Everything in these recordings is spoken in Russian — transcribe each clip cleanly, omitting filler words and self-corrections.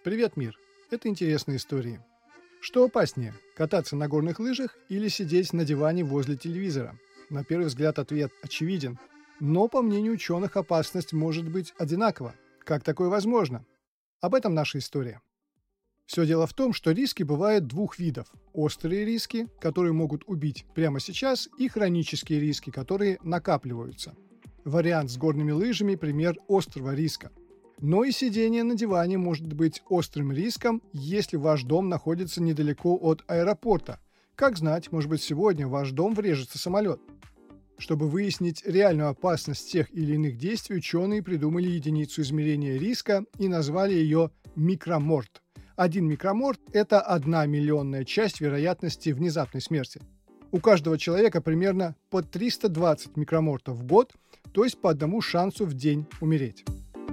Привет, мир! Это интересные истории. Что опаснее, кататься на горных лыжах или сидеть на диване возле телевизора? На первый взгляд ответ очевиден, но по мнению ученых опасность может быть одинакова. Как такое возможно? Об этом наша история. Все дело в том, что риски бывают двух видов. Острые риски, которые могут убить прямо сейчас, и хронические риски, которые накапливаются. Вариант с горными лыжами – пример острого риска. Но и сидение на диване может быть острым риском, если ваш дом находится недалеко от аэропорта. Как знать, может быть, сегодня в ваш дом врежется самолет. Чтобы выяснить реальную опасность тех или иных действий, ученые придумали единицу измерения риска и назвали ее микроморт. 1 микроморт – это 1 миллионная часть вероятности внезапной смерти. У каждого человека примерно по 320 микромортов в год, то есть по одному шансу в день умереть.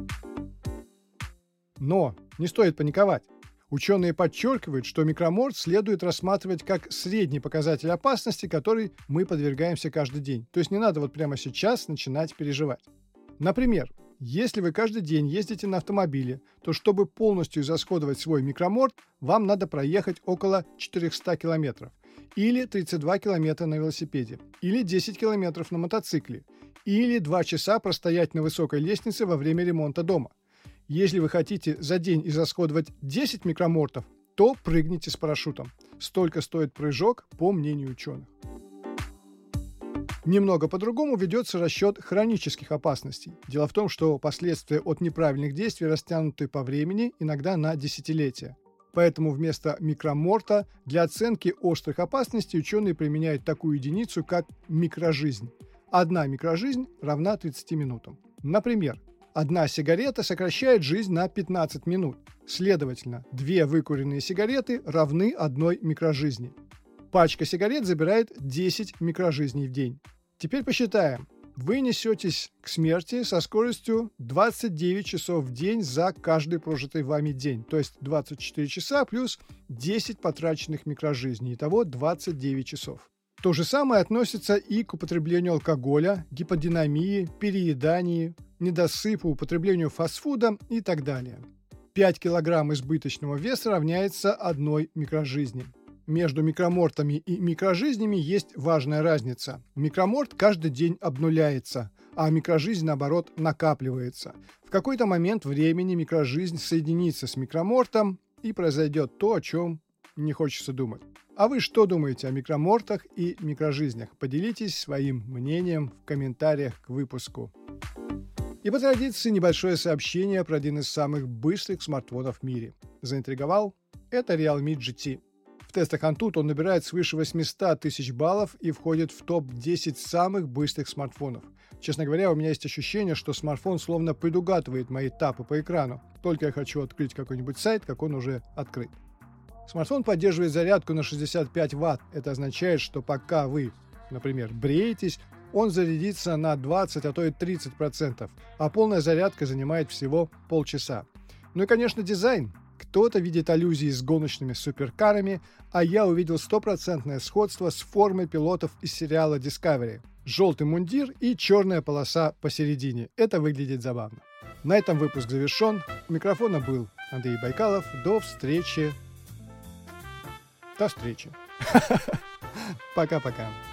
Но не стоит паниковать. Ученые подчеркивают, что микроморт следует рассматривать как средний показатель опасности, которой мы подвергаемся каждый день. То есть не надо прямо сейчас начинать переживать. Например, если вы каждый день ездите на автомобиле, то чтобы полностью израсходовать свой микроморт, вам надо проехать около 400 километров, или 32 километра на велосипеде, или 10 километров на мотоцикле, или 2 часа простоять на высокой лестнице во время ремонта дома. Если вы хотите за день израсходовать 10 микромортов, то прыгните с парашютом. Столько стоит прыжок, по мнению ученых. Немного по-другому ведется расчет хронических опасностей. Дело в том, что последствия от неправильных действий растянуты по времени, иногда на десятилетия. Поэтому вместо микроморта для оценки острых опасностей ученые применяют такую единицу, как микрожизнь. 1 микрожизнь равна 30 минутам. Например, 1 сигарета сокращает жизнь на 15 минут. Следовательно, 2 выкуренные сигареты равны 1 микрожизни. Пачка сигарет забирает 10 микрожизней в день. Теперь посчитаем. Вы несетесь к смерти со скоростью 29 часов в день за каждый прожитый вами день. То есть 24 часа плюс 10 потраченных микрожизней. Итого 29 часов. То же самое относится и к употреблению алкоголя, гиподинамии, переедании, недосыпу, употреблению фастфуда и так далее. 5 килограмм избыточного веса равняется 1 микрожизни. Между микромортами и микрожизнями есть важная разница. Микроморт каждый день обнуляется, а микрожизнь, наоборот, накапливается. В какой-то момент времени микрожизнь соединится с микромортом, и произойдет то, о чем не хочется думать. А вы что думаете о микромортах и микрожизнях? Поделитесь своим мнением в комментариях к выпуску. И по традиции небольшое сообщение про один из самых быстрых смартфонов в мире. Заинтриговал? Это Realme GT. В тестах Antutu он набирает свыше 800 тысяч баллов и входит в топ-10 самых быстрых смартфонов. Честно говоря, у меня есть ощущение, что смартфон словно предугадывает мои тапы по экрану. Только я хочу открыть какой-нибудь сайт, как он уже открыт. Смартфон поддерживает зарядку на 65 Вт. Это означает, что пока вы, например, бреетесь, он зарядится на 20, а то и 30%, а полная зарядка занимает всего полчаса. Ну и, конечно, дизайн. Кто-то видит аллюзии с гоночными суперкарами, а я увидел стопроцентное сходство с формой пилотов из сериала Discovery. Желтый мундир и черная полоса посередине. Это выглядит забавно. На этом выпуск завершен. У микрофона был Андрей Байкалов. До встречи. Пока-пока.